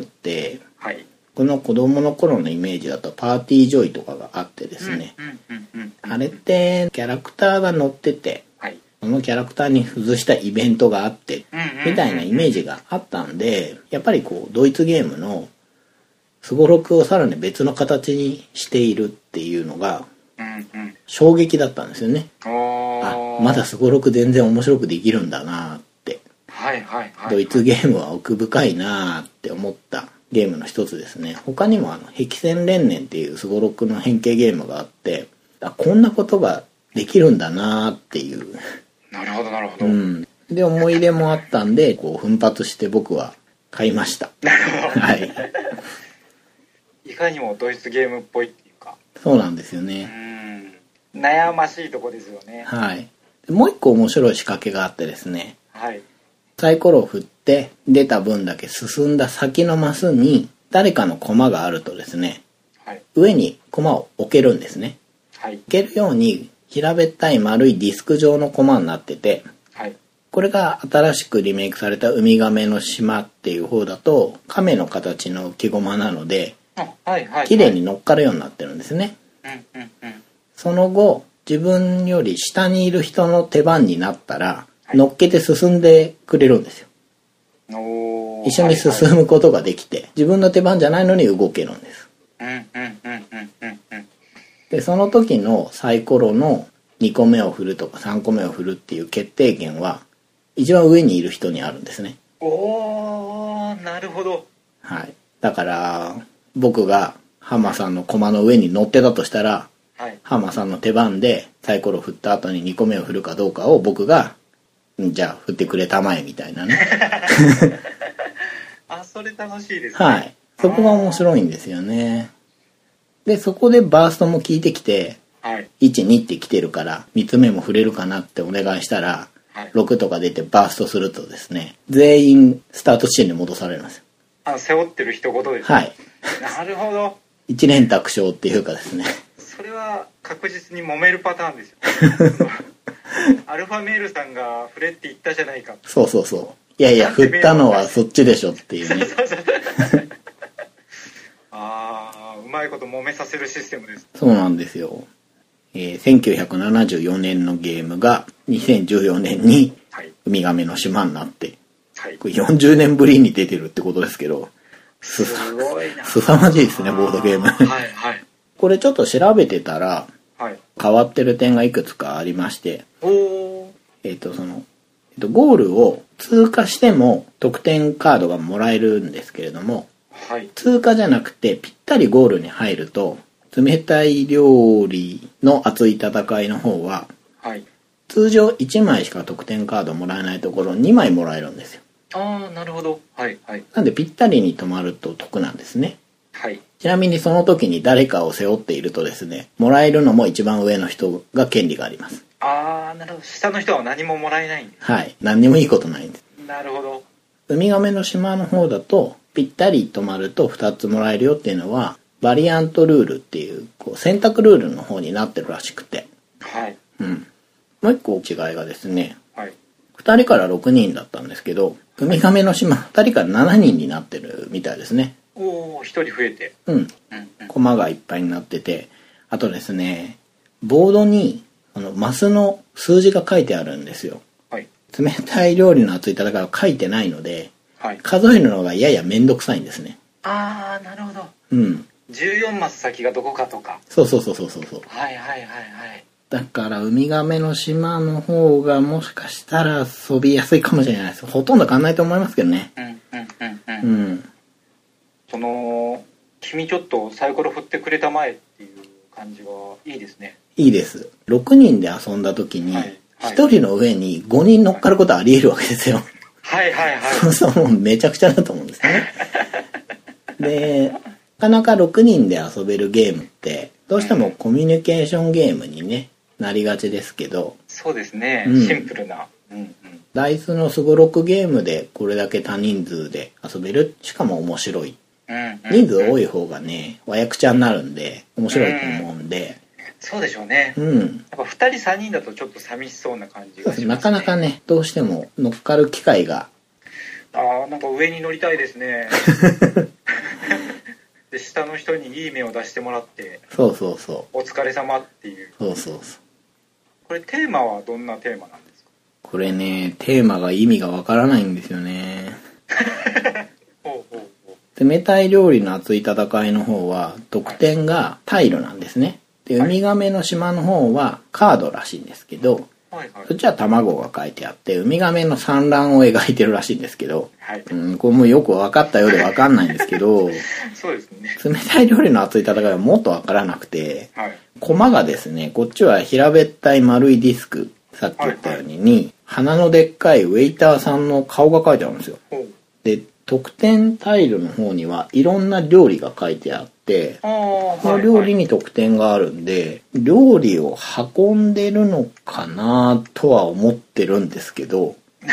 はい、 この子供の頃のイメージだとパーティージョイとかがあってですね、あれってキャラクターが乗ってて、はい、そのキャラクターに付随したイベントがあってみたいなイメージがあったんで、やっぱりこうドイツゲームのすごろくをさらに別の形にしているっていうのが衝撃だったんですよね。まだすごろく全然面白くできるんだなって、ドイツゲームは奥深いなって思ったゲームの一つですね。他にも壁線連年っていうすごろくの変形ゲームがあって、こんなことができるんだなっていう。 なるほどなるほど。 で、思い入れもあったんで、こう奮発して僕は買いました。 なるほど。 はい。 いかにもドイツゲームっぽいっていうか。 そうなんですよね。 悩ましいとこですよね。 はい。もう一個面白い仕掛けがあってですね。 はい。 サイコロを振って出た分だけ進んだ先のマスに誰かの駒があるとですね、はい、上に駒を置けるんですね。 はい、 置けるように平べったい丸いディスク状の駒になってて、はい、これが新しくリメイクされたウミガメの島っていう方だと亀の形の浮き駒なので、綺麗に乗っかるようになってるんですね。その後自分より下にいる人の手番になったら乗っけて進んでくれるんですよ。一緒に進むことができて、自分の手番じゃないのに動けるんです。で、その時のサイコロの2個目を振るとか3個目を振るっていう決定権は一番上にいる人にあるんですね。 なるほど。 はい。だから僕がハマさんの駒の上に乗ってたとしたら、ハマさんの手番でサイコロ振った後に2個目を振るかどうかを僕がじゃあ振ってくれたまえみたいなね。 それ楽しいですね。 はい。そこが面白いんですよね。で、そこでバーストも効いてきて、1、2って来てるから3つ目も振れるかなってお願いしたら、6とか出てバーストするとですね、全員スタート地点に戻されるんですよ。 背負ってる人ごとですね。 はい。 なるほど。 一連卓勝っていうかですね。 それはは確実に揉めるパターンですよアルファメールさんが振れって言ったじゃないか。 そうそうそう。いやいや、振ったのはそっちでしょっていうねああ、うまいこと揉めさせるシステムです。 そうなんですよ。1974年のゲームが2014年にウミガメの島になって、はい、これ40年ぶりに出てるってことですけど、 すごいな。 凄まじいですね、ボードゲームはいはい。 これちょっと調べてたら、はい、変わってる点がいくつかありまして、ゴールを通過しても得点カードがもらえるんですけれども、はい、通過じゃなくてぴったりゴールに入ると、冷たい料理の熱い戦いの方は、はい、通常1枚しか得点カードもらえないところ2枚もらえるんですよ。 ああ、なるほど。はいはい。 なんでぴったりに止まると得なんですね。 はい。 ちなみにその時に誰かを背負っているとですね、もらえるのも一番上の人が権利があります。 ああ、なるほど。下の人は何ももらえないんです。 はい。何にもいいことないんです。 なるほど。 ウミガメの島の方だと、ぴったり止まると2つもらえるよっていうのは、バリアントルールっていう、選択ルールの方になってるらしくて。 はい。 うん。もう一個違いがですね、 はい。 2人から6人だったんですけど、ウミガメの島2人から7人になってるみたいですね。 おー、1人増えて。 うん。コマがいっぱいになってて、あとですね、ボードにマスの数字が書いてあるんですよ。はい。冷たい料理の熱い戦いは書いてないので、はい、数えるのがややめんどくさいんですね。 ああ、なるほど。 うん。 14マス先がどこかとか。 そうそう。 はいはいはいはい。 だからウミガメの島の方がもしかしたら遊びやすいかもしれないです。ほとんど変わんないと思いますけどね。うん。 君ちょっとサイコロ振ってくれたまえっていう感じはいいですね。 いいです。6人で遊んだ時に、1人の上に5人乗っかることはあり得るわけですよ。 はいはいはい。 そうそう、もうめちゃくちゃだと思うんですね。で、なかなか6人で遊べるゲームって、どうしてもコミュニケーションゲームにね、なりがちですけど。 そうですね、シンプルな。 ダイスのすごろくゲームでこれだけ多人数で遊べる、しかも面白い。人数多い方がね、和訳ちゃになるんで、面白いと思うんで。 そうでしょうね。やっぱ2人3人だとちょっと寂しそうな感じがしますね。 なかなかね、どうしても乗っかる機会が。 なんか上に乗りたいですね。で、下の人にいい目を出してもらって。 そう。 お疲れ様っていう。 そう。 これテーマはどんなテーマなんですか？ これね、テーマが意味がわからないんですよね。冷たい料理の熱い戦いの方は得点がタイルなんですね。で、ウミガメの島の方はカードらしいんですけど、そっちは卵が書いてあって、ウミガメの産卵を描いてるらしいんですけど、これもよく分かったようで分かんないんですけど、 そうですね。 冷たい料理の熱い戦いはもっと分からなくて、コマがですね、こっちは平べったい丸いディスク、さっき言ったように、鼻のでっかいウェイターさんの顔が書いてあるんですよ。で、得点タイルの方にはいろんな料理が書いてあって、その料理に得点があるんで、料理を運んでるのかなとは思ってるんですけど、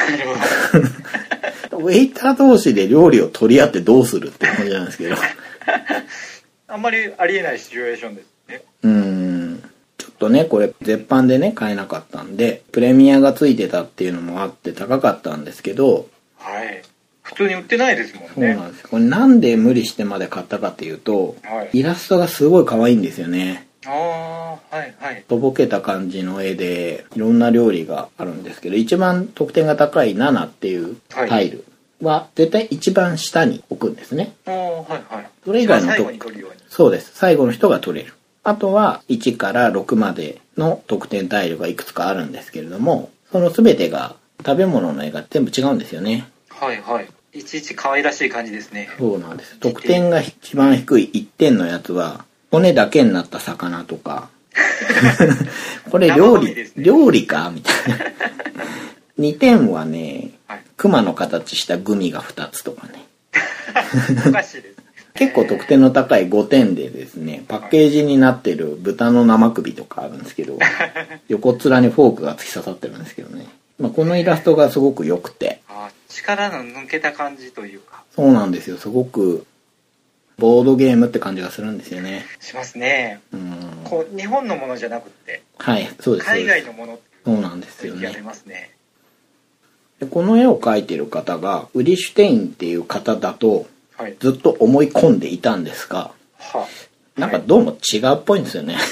ウェイター同士で料理を取り合ってどうするって感じなんですけど。 あんまりありえないシチュエーションですね。 ちょっとね、これ絶版でね、買えなかったんで、プレミアがついてたっていうのもあって高かったんですけど、 はい。普通に売ってないですもんね。 そうなんです。これなんで無理してまで買ったかっていうと、イラストがすごい可愛いんですよね。とぼけた感じの絵でいろんな料理があるんですけど、一番得点が高い7っていうタイルは絶対一番下に置くんですね。それ以外の最後に取るように。 そうです。最後の人が取れる。あとは1から6までの得点タイルがいくつかあるんですけれども、その全てが食べ物の絵が全部違うんですよね。 いちいち可愛らしい感じですね。 そうなんです。得点が一番低い1点のやつは骨だけになった魚とかこれ料理かみたいな。2点はね、熊の形したグミが2つとかね。 おかしいです。 結構得点の高い5点でですね、パッケージになってる豚の生首とかあるんですけど、横っ面にフォークが突き刺さってるんですけどね。このイラストがすごく良くて。 力の抜けた感じというか。 そうなんですよ。すごく、 ボードゲームって感じがするんですよね。 しますね。こう日本のものじゃなくて、 はい、そうです。 海外のものってそうなんですよね。 ありますね。 でこの絵を描いてる方がウリシュテインっていう方だとずっと思い込んでいたんですが、なんかどうも違うっぽいんですよね。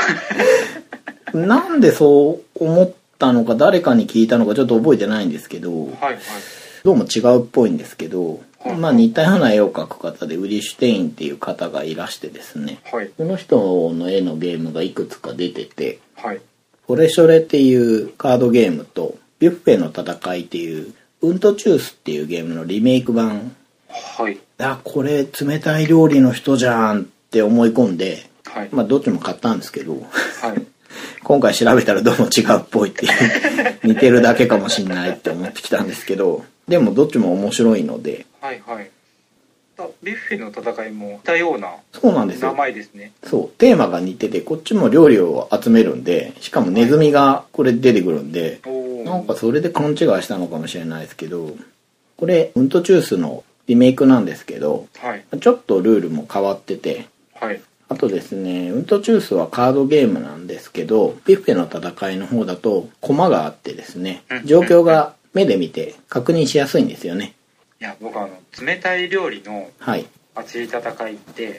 なんでそう思ったのか誰かに聞いたのかちょっと覚えてないんですけど、どうも違うっぽいんですけど、まあ似たような絵を描く方でウリシュテインっていう方がいらしてですね、この人の絵のゲームがいくつか出てて、フォレショレっていうカードゲームとビュッフェの戦いっていうウントチュースっていうゲームのリメイク版、これ冷たい料理の人じゃんって思い込んで、まあどっちも買ったんですけど、今回調べたらどうも違うっぽいっていう似てるだけかもしんないって思ってきたんですけど、でもどっちも面白いので、 ビュッフェの戦いも似たような名前ですね。 そうテーマが似てて、こっちも料理を集めるんで、しかもネズミがこれ出てくるんで、なんかそれで勘違いしたのかもしれないですけど、これウントチュースのリメイクなんですけど、ちょっとルールも変わってて、あとですね、ウントチュースはカードゲームなんですけど、ビュッフェの戦いの方だとコマがあってですね、状況が目で見て確認しやすいんですよね。 いや、僕冷たい料理の熱い戦いって、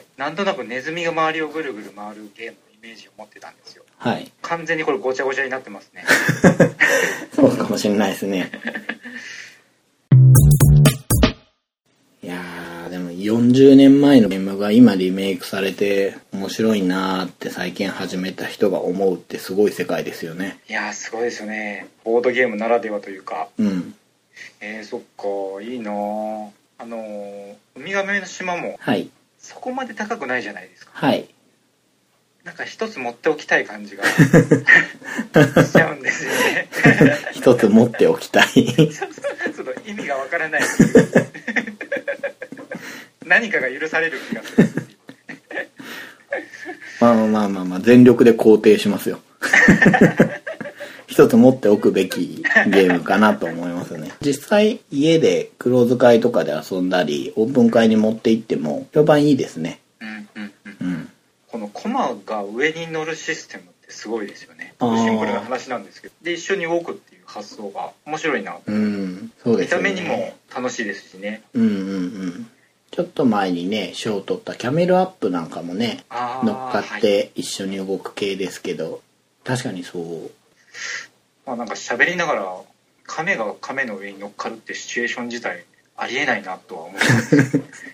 なんとなくネズミが周りをぐるぐる回るゲームのイメージを持ってたんですよ。完全にこれごちゃごちゃになってますね。 そうかもしれないですね。いやー、でも40年前のゲームが今リメイクされて面白いなーって最近始めた人が思うってすごい世界ですよね。 いやー、すごいですよね。ボードゲームならではというか。そっか、いいなぁ。ウミガメの島もそこまで高くないじゃないですか。なんか一つ持っておきたい感じがしちゃうんですよね。 一つ持っておきたい。 ちょっと意味がわからない。何かが許される気がする。 まあ全力で肯定しますよ。一つ持っておくべきゲームかなと思いますね。実際家でクローズ会とかで遊んだりオープン会に持って行っても評判いいですね。 このコマが上に乗るシステムってすごいですよね。シンプルな話なんですけど、で一緒に動くっていう発想が面白いなと。 そうですよね。 見た目にも楽しいですしね。 ちょっと前にね賞を取ったキャメルアップなんかもね乗っかって一緒に動く系ですけど、確かにそう。 なんか喋りながら亀が亀の上に乗っかるってシチュエーション自体ありえないなとは思います。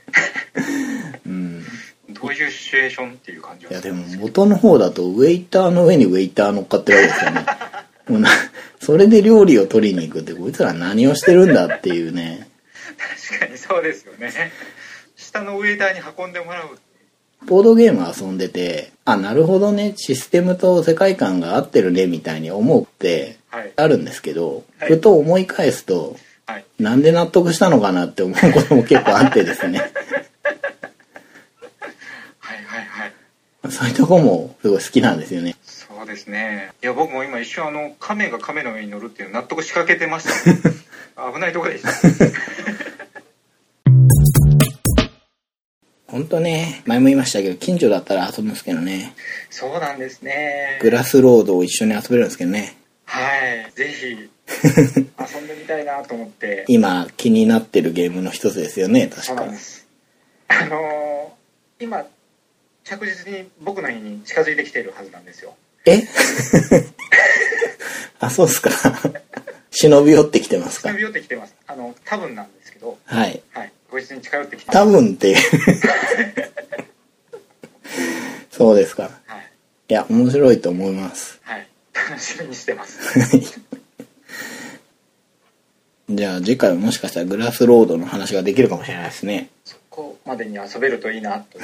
どういうシチュエーションっていう感じは。 いやでも元の方だとウェイターの上にウェイター乗っかってるわけですよね。もうそれで料理を取りに行くってこいつら何をしてるんだっていうね。 確かにそうですよね。下のウェイターに運んでもらう。 ボードゲーム遊んでて、なるほどね、システムと世界観が合ってるねみたいに思うってあるんですけど、ふと思い返すと、なんで納得したのかなって思うことも結構あってですね。そういうとこもすごい好きなんですよね。 そうですね。いや僕も今一瞬亀が亀の上に乗るっていう納得しかけてましたね。危ないとこでした。 ほんとね、前も言いましたけど近所だったら遊ぶんですけどね。 そうなんですね。 グラスロードを一緒に遊べるんですけどね。 ぜひ遊んでみたいなと思って。 今気になってるゲームの一つですよね、確か。 そうなんです。今着実に僕の日に近づいてきているはずなんですよ。 そうっすか。忍び寄ってきてますか。 忍び寄ってきてます。多分なんですけど。ご一緒に近寄ってきてます。 多分っていう。そうですか。いや面白いと思います。 楽しみにしてます。 じゃあ次回はもしかしたらグラスロードの話ができるかもしれないですね。 そこまでに遊べるといいなと。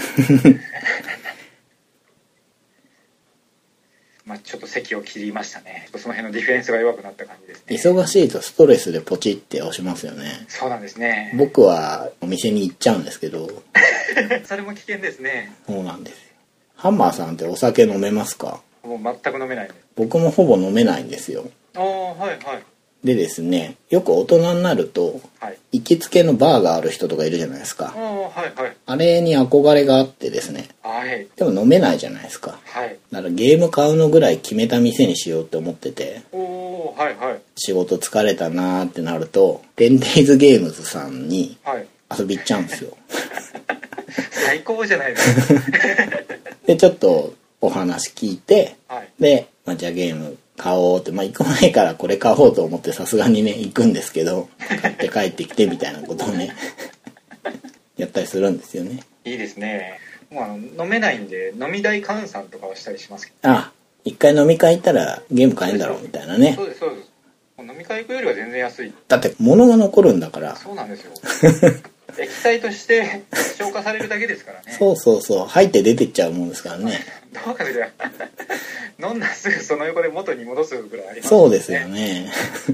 ちょっと席を切りましたね。その辺のディフェンスが弱くなった感じですね。 忙しいとストレスでポチって押しますよね。 そうなんですね。 僕はお店に行っちゃうんですけど。 それも危険ですね。 そうなんですよ。ハンマーさんってお酒飲めますか？ もう全く飲めないです。 僕もほぼ飲めないんですよ。でですね、よく大人になると行きつけのバーがある人とかいるじゃないですか。 はいはい。 あれに憧れがあってですね。 はい。 でも飲めないじゃないですか。 はい。 だからゲーム買うのぐらい決めた店にしようって思ってて。 はいはい。 仕事疲れたなーってなると、10daysゲームズさんに遊び行っちゃうんですよ。 最高じゃないですか。 で、ちょっとお話聞いて、で、じゃあゲーム買おうって、行く前からこれ買おうと思ってさすがにね、行くんですけど、買って帰ってきてみたいなことをね、やったりするんですよね。 いいですね。もう飲めないんで、飲み代換算とかはしたりしますけど。 一回飲み会行ったらゲーム買えんだろうみたいなね。 そうですそうです。飲み会行くよりは全然安い。 だって物が残るんだから。 そうなんですよ。液体として消化されるだけですからね。 そうそうそう、入って出てっちゃうもんですからね。 どうかしら。飲んだらすぐその横で元に戻すぐらいありますね。 そうですよね。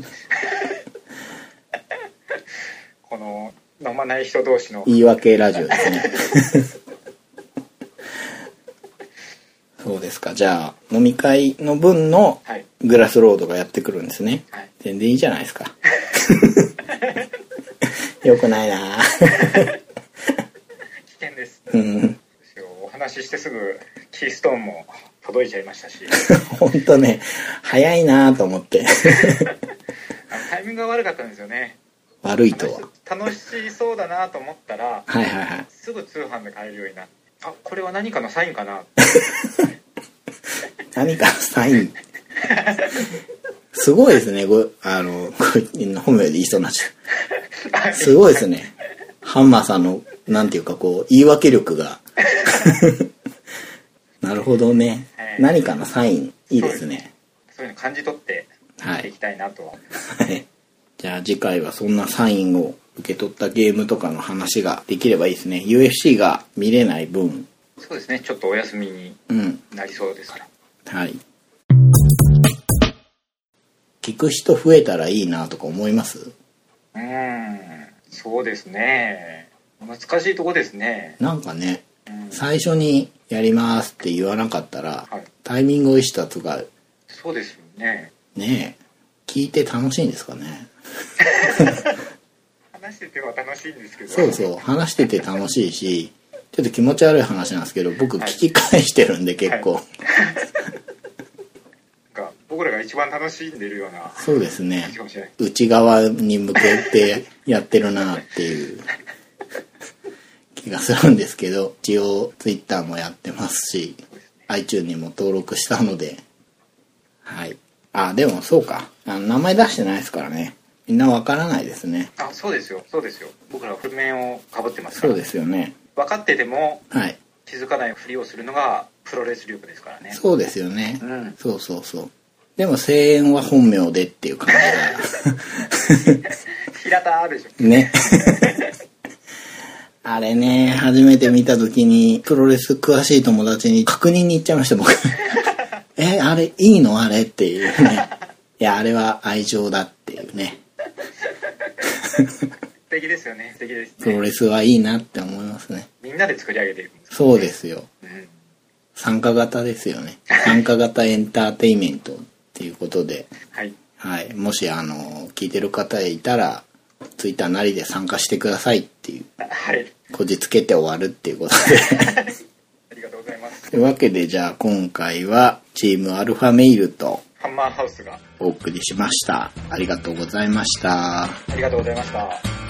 この飲まない人同士の言い訳ラジオですね。そうですか。じゃあ飲み会の分のグラスロードがやってくるんですね。はい、全然いいじゃないですか。よくないな。 危険です。お話ししてすぐキーストーンも届いちゃいましたし。 本当ね、早いなと思って。 タイミングが悪かったんですよね。 悪いとは。 楽しそうだなと思ったら、すぐ通販で買えるようになって、これは何かのサインかな。 何かのサイン。すごいですね。本名で言いそうになっちゃう。すごいですね。ハンマーさんのなんていうか言い訳力が。なるほどね。何かのサインいいですね。 そういうの感じ取っていきたいなとは。 じゃあ次回はそんなサインを受け取ったゲームとかの話ができればいいですね。UFC が見れない分。 そうですね。ちょっとお休みになりそうですから。 はい。聞く人増えたらいいなとか思います？ そうですね。難しいとこですね。 なんかね、最初にやりますって言わなかったら、タイミングを逸したとか。 そうですよね。 ねえ、聞いて楽しいんですかね。 話してては楽しいんですけど。 そうそう、話してて楽しいし、ちょっと気持ち悪い話なんですけど、僕聞き返してるんで結構。 僕らが一番楽しんでるような。 そうですね。内側に向けてやってるなっていう気がするんですけど、一応 Twitter もやってますし、iTunes にも登録したので、はい。でもそうか。名前出してないですからね。みんなわからないですね。 そうですよ。そうですよ。僕らは譜面をかぶってますから。 そうですよね。 分かってても、気づかないふりをするのがプロレス力ですからね。 そうですよね。そうそうそう。でも声援は本名でっていう感じが。 平田でしょ。 ね。あれね、初めて見た時にプロレス詳しい友達に確認に行っちゃいました僕。あれいいのあれっていうね。いやあれは愛情だっていうね。 素敵ですよね。素敵ですね。 プロレスはいいなって思いますね。 みんなで作り上げていくんです、ね。 そうですよ。参加型ですよね。参加型エンターテインメントっていうことで、はい。もし聞いてる方いたらツイッターなりで参加してくださいっていう。こじつけて終わるっていうことで。 ありがとうございます。 というわけでじゃあ今回はチームアルファメイルとハンマーハウスがお送りしました。ありがとうございました。 ありがとうございました。